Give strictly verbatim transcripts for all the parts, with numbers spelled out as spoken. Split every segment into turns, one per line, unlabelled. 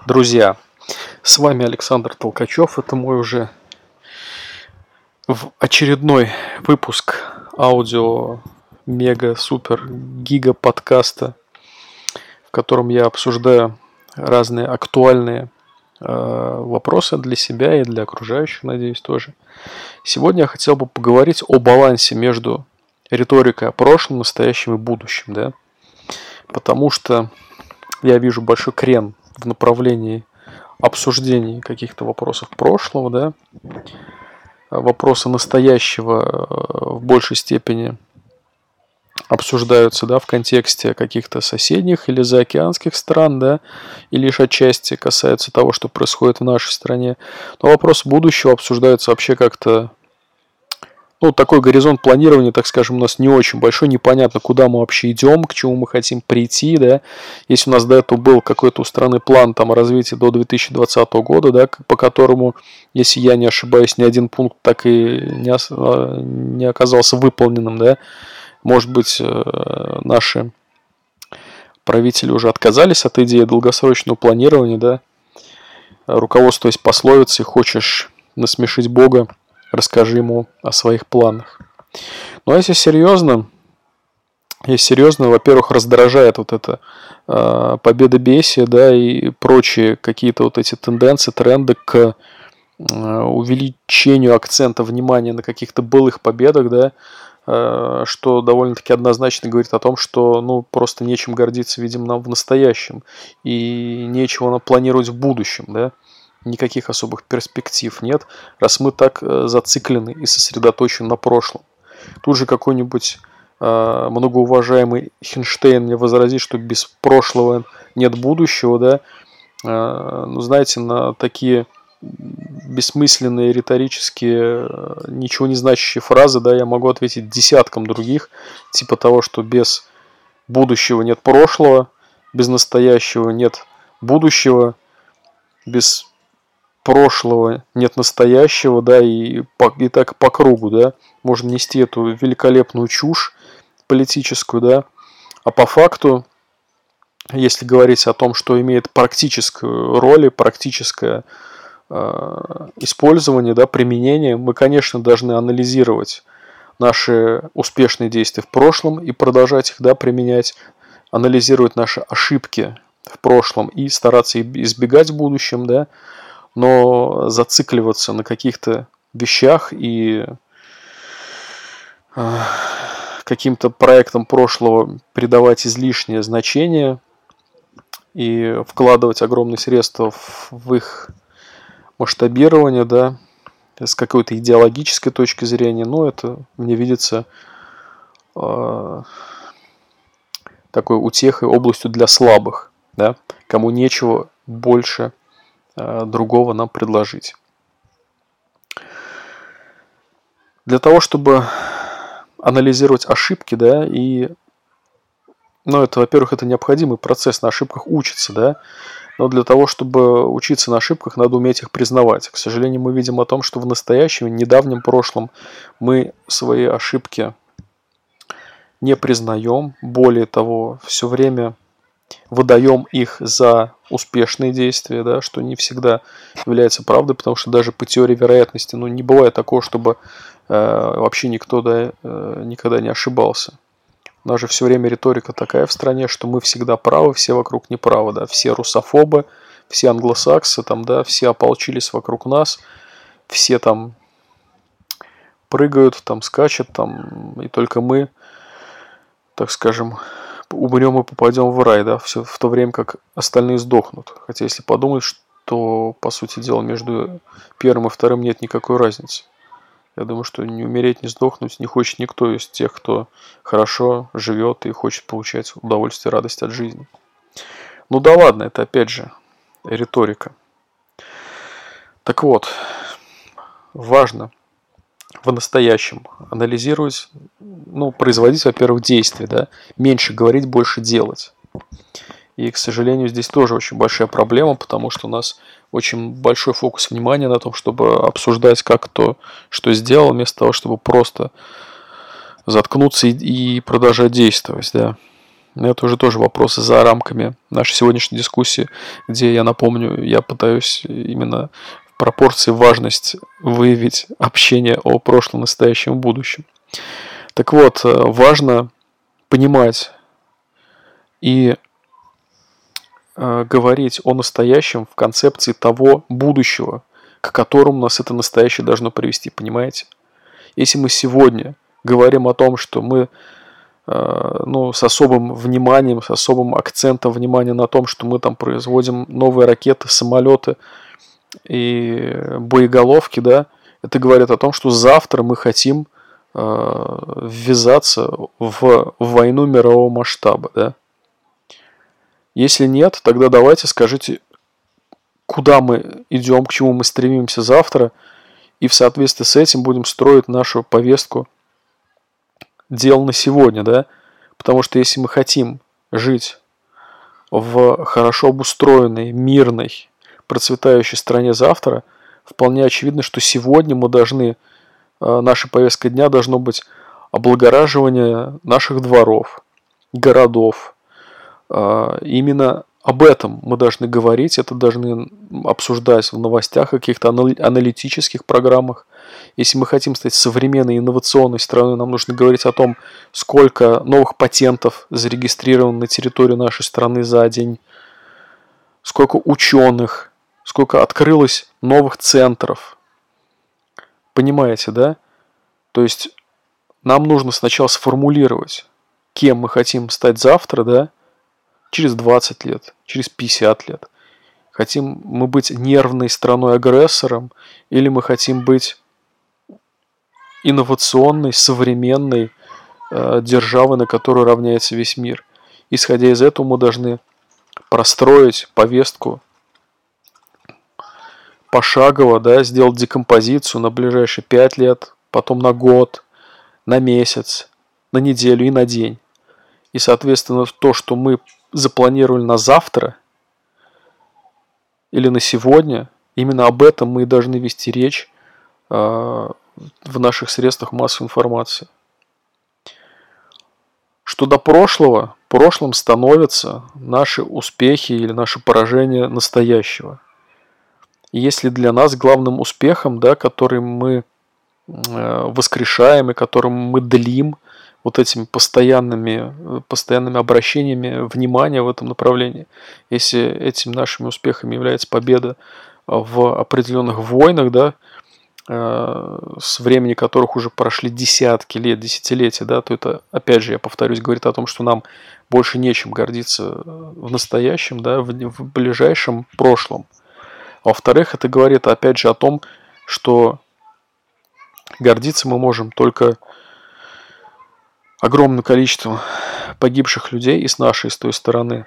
Друзья, с вами Александр Толкачев. Это мой уже в очередной выпуск аудио мега супер гига подкаста, в котором я обсуждаю разные актуальные э, вопросы для себя и для окружающих, надеюсь, тоже. Сегодня я хотел бы поговорить о балансе между риторикой о прошлом, настоящем и будущем, да? Потому что я вижу большой крен в направлении обсуждений каких-то вопросов прошлого, да, вопросы настоящего в большей степени обсуждаются, да, в контексте каких-то соседних или заокеанских стран, да, и лишь отчасти касаются того, что происходит в нашей стране. Но вопросы будущего обсуждаются вообще как-то. Ну, такой горизонт планирования, так скажем, у нас не очень большой, непонятно, куда мы вообще идем, к чему мы хотим прийти, да. Если у нас до этого был какой-то у страны план там развития до две тысячи двадцатого года, да, по которому, если я не ошибаюсь, ни один пункт так и не, не оказался выполненным, да. Может быть, наши правители уже отказались от идеи долгосрочного планирования, да, руководствуясь пословицей «хочешь насмешить Бога, расскажи ему о своих планах». Но если серьезно, если серьезно, во-первых, раздражает вот это э, победобесие, да, и прочие какие-то вот эти тенденции, тренды к э, увеличению акцента внимания на каких-то былых победах, да, э, что довольно-таки однозначно говорит о том, что, ну, просто нечем гордиться, видимо, нам в настоящем, и нечего нам планировать в будущем, да. Никаких особых перспектив нет, раз мы так э, зациклены и сосредоточены на прошлом. Тут же какой-нибудь э, многоуважаемый Хинштейн мне возразит, что без прошлого нет будущего, да. Э, ну, знаете, на такие бессмысленные, риторические, э, ничего не значащие фразы, да, я могу ответить десяткам других, типа того, что без будущего нет прошлого, без настоящего нет будущего, без прошлого нет настоящего, да, и, по, и так по кругу, да, можно нести эту великолепную чушь политическую, да, а по факту, если говорить о том, что имеет практическую роль и практическое э, использование, да, применение, мы, конечно, должны анализировать наши успешные действия в прошлом и продолжать их, да, применять, анализировать наши ошибки в прошлом и стараться избегать в будущем, да. Но зацикливаться на каких-то вещах и э, каким-то проектам прошлого придавать излишнее значение и вкладывать огромные средства в их масштабирование, да, с какой-то идеологической точки зрения, ну, это мне видится э, такой утехой, областью для слабых, да, кому нечего больше другого нам предложить. Для того, чтобы анализировать ошибки, да, и, ну, это, во-первых, это необходимый процесс, на ошибках учиться, да, но для того, чтобы учиться на ошибках, надо уметь их признавать. К сожалению, мы видим о том, что в настоящем, недавнем прошлом мы свои ошибки не признаем, более того, все время выдаем их за успешные действия, да, что не всегда является правдой, потому что даже по теории вероятности, ну, не бывает такого, чтобы э, вообще никто, да, э, никогда не ошибался. У нас же все время риторика такая в стране, что мы всегда правы, все вокруг неправы, да, все русофобы, все англосаксы, там, да, все ополчились вокруг нас, все там прыгают, там скачут, там, и только мы, так скажем, умрем и попадем в рай, да, все в то время как остальные сдохнут. Хотя если подумать, что, по сути дела, между первым и вторым нет никакой разницы. Я думаю, что не умереть, не сдохнуть не хочет никто из тех, кто хорошо живет и хочет получать удовольствие, радость от жизни. Ну да ладно, это опять же риторика. Так вот, важно в настоящем анализировать, ну, производить, во-первых, действия, да, меньше говорить, больше делать. И, к сожалению, здесь тоже очень большая проблема, потому что у нас очень большой фокус внимания на том, чтобы обсуждать, как кто что сделал, вместо того, чтобы просто заткнуться и, и продолжать действовать, да. Это уже тоже вопросы за рамками нашей сегодняшней дискуссии, где, я напомню, я пытаюсь именно в пропорции важность выявить общение о прошлом, настоящем и будущем. Так вот, важно понимать и э, говорить о настоящем в концепции того будущего, к которому нас это настоящее должно привести, понимаете? Если мы сегодня говорим о том, что мы э, ну, с особым вниманием, с особым акцентом внимания на том, что мы там производим новые ракеты, самолеты и боеголовки, да, это говорит о том, что завтра мы хотим э, ввязаться в войну мирового масштаба, да. Если нет, тогда давайте скажите, куда мы идем, к чему мы стремимся завтра, и в соответствии с этим будем строить нашу повестку дел на сегодня, да? Потому что если мы хотим жить в хорошо обустроенной, мирной, процветающей стране завтра, вполне очевидно, что сегодня мы должны, наша повестка дня должно быть облагораживание наших дворов, городов. Именно об этом мы должны говорить, это должны обсуждать в новостях, каких-то аналитических программах. Если мы хотим стать современной инновационной страной, нам нужно говорить о том, сколько новых патентов зарегистрировано на территории нашей страны за день, сколько ученых, сколько открылось новых центров. Понимаете, да? То есть нам нужно сначала сформулировать, кем мы хотим стать завтра, да? Через двадцать лет, через пятьдесят лет. Хотим мы быть нервной страной-агрессором, или мы хотим быть инновационной, современной э, державой, на которую равняется весь мир. Исходя из этого, мы должны простроить повестку пошагово, да, сделать декомпозицию на ближайшие пять лет, потом на год, на месяц, на неделю и на день. И, соответственно, то, что мы запланировали на завтра или на сегодня, именно об этом мы и должны вести речь э, в наших средствах массовой информации. Что до прошлого, прошлым становятся наши успехи или наши поражения настоящего. И если для нас главным успехом, да, который мы э, воскрешаем и которым мы длим, вот этими постоянными, постоянными обращениями внимания в этом направлении. Если этими нашими успехами является победа в определенных войнах, да, э, с времени которых уже прошли десятки лет, десятилетия, да, то это, опять же, я повторюсь, говорит о том, что нам больше нечем гордиться в настоящем, да, в, в ближайшем прошлом. А во-вторых, это говорит, опять же, о том, что гордиться мы можем только огромным количеством погибших людей и с нашей, и с той стороны.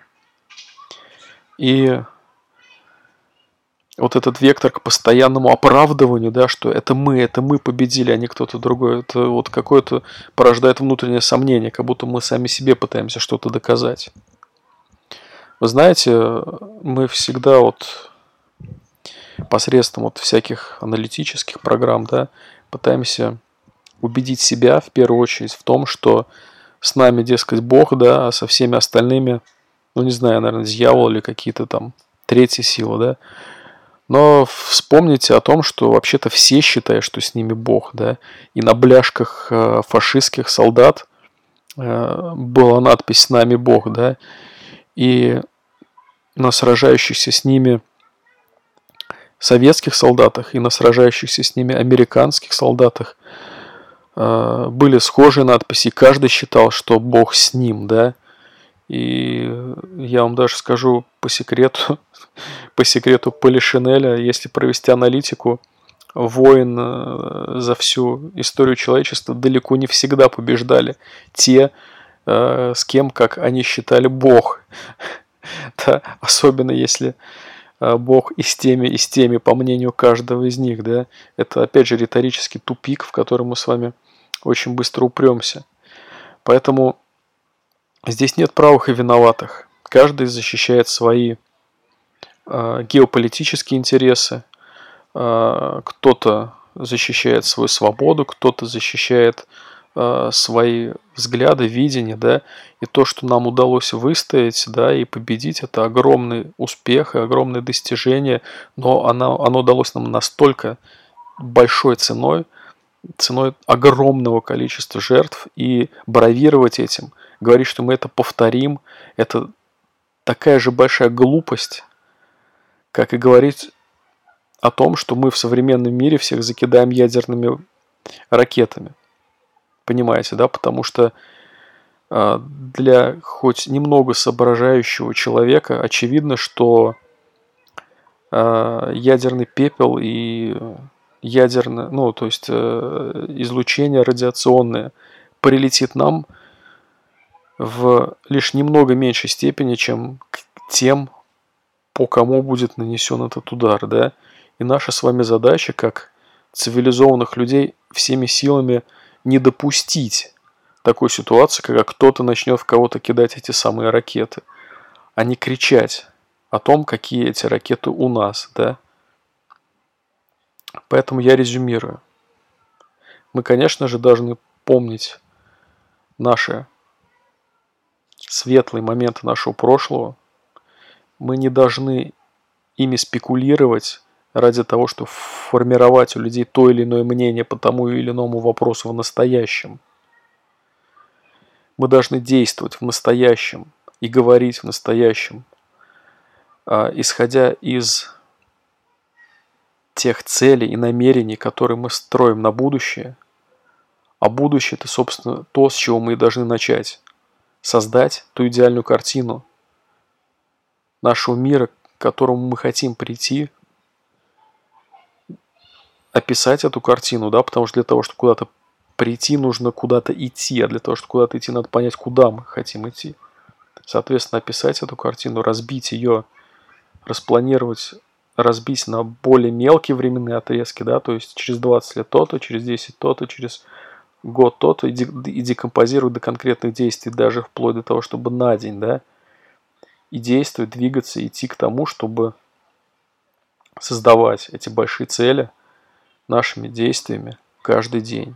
И вот этот вектор к постоянному оправдыванию, да, что это мы, это мы победили, а не кто-то другой, это вот какое-то порождает внутреннее сомнение, как будто мы сами себе пытаемся что-то доказать. Вы знаете, мы всегда вот посредством вот всяких аналитических программ, да, пытаемся убедить себя в первую очередь в том, что с нами, дескать, Бог, да, а со всеми остальными, ну не знаю, наверное, дьявол или какие-то там третьи силы, да. Но вспомните о том, что вообще-то все считают, что с ними Бог, да. И на бляшках э, фашистских солдат э, была надпись «С нами Бог», да. И на сражающихся с ними советских солдатах и на сражающихся с ними американских солдатах были схожие надписи, каждый считал, что Бог с ним, да, и я вам даже скажу по секрету, по секрету Полишинеля, если провести аналитику, войн за всю историю человечества далеко не всегда побеждали те, с кем, как они считали, Бог, да, особенно если Бог и с теми, и с теми, по мнению каждого из них, да, это опять же риторический тупик, в который мы с вами очень быстро упремся. Поэтому здесь нет правых и виноватых. Каждый защищает свои э, геополитические интересы. Э, кто-то защищает свою свободу, кто-то защищает э, свои взгляды, видения, да, и то, что нам удалось выстоять, да, и победить, это огромный успех и огромное достижение, но оно, оно удалось нам настолько большой ценой, ценой огромного количества жертв, и бравировать этим, говорить, что мы это повторим, это такая же большая глупость, как и говорить о том, что мы в современном мире всех закидаем ядерными ракетами. Понимаете, да? Потому что э, для хоть немного соображающего человека очевидно, что э, ядерный пепел и ядерное, ну, то есть э, излучение радиационное прилетит нам в лишь немного меньшей степени, чем к тем, по кому будет нанесен этот удар, да. И наша с вами задача, как цивилизованных людей, всеми силами не допустить такой ситуации, когда кто-то начнет в кого-то кидать эти самые ракеты, а не кричать о том, какие эти ракеты у нас, да. Поэтому я резюмирую. Мы, конечно же, должны помнить наши светлые моменты нашего прошлого. Мы не должны ими спекулировать ради того, чтобы формировать у людей то или иное мнение по тому или иному вопросу в настоящем. Мы должны действовать в настоящем и говорить в настоящем, исходя из тех целей и намерений, которые мы строим на будущее. А будущее – это, собственно, то, с чего мы и должны начать. Создать ту идеальную картину нашего мира, к которому мы хотим прийти, описать эту картину, да, потому что для того, чтобы куда-то прийти, нужно куда-то идти, а для того, чтобы куда-то идти, надо понять, куда мы хотим идти. Соответственно, описать эту картину, разбить ее, распланировать, разбить на более мелкие временные отрезки, да, то есть через двадцать лет то-то, через десять то-то, через год то-то, и декомпозировать до конкретных действий, даже вплоть до того, чтобы на день, да, и действовать, двигаться, идти к тому, чтобы создавать эти большие цели нашими действиями каждый день.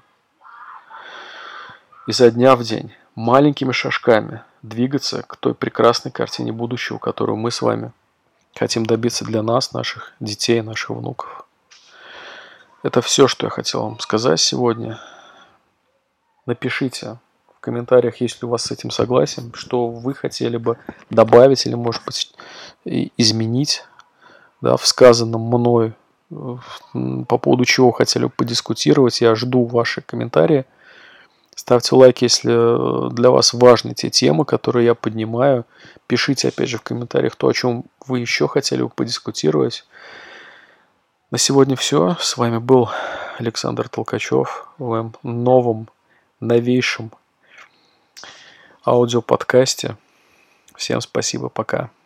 Изо дня в день, маленькими шажками двигаться к той прекрасной картине будущего, которую мы с вами хотим добиться для нас, наших детей, наших внуков. Это все, что я хотел вам сказать сегодня. Напишите в комментариях, если у вас с этим согласен, что вы хотели бы добавить или, может быть, изменить, да, в сказанном мной, по поводу чего хотели бы подискутировать. Я жду ваши комментарии. Ставьте лайк, если для вас важны те темы, которые я поднимаю. Пишите, опять же, в комментариях то, о чем вы еще хотели бы подискутировать. На сегодня все. С вами был Александр Толкачев в новом, новейшем аудиоподкасте. Всем спасибо, пока.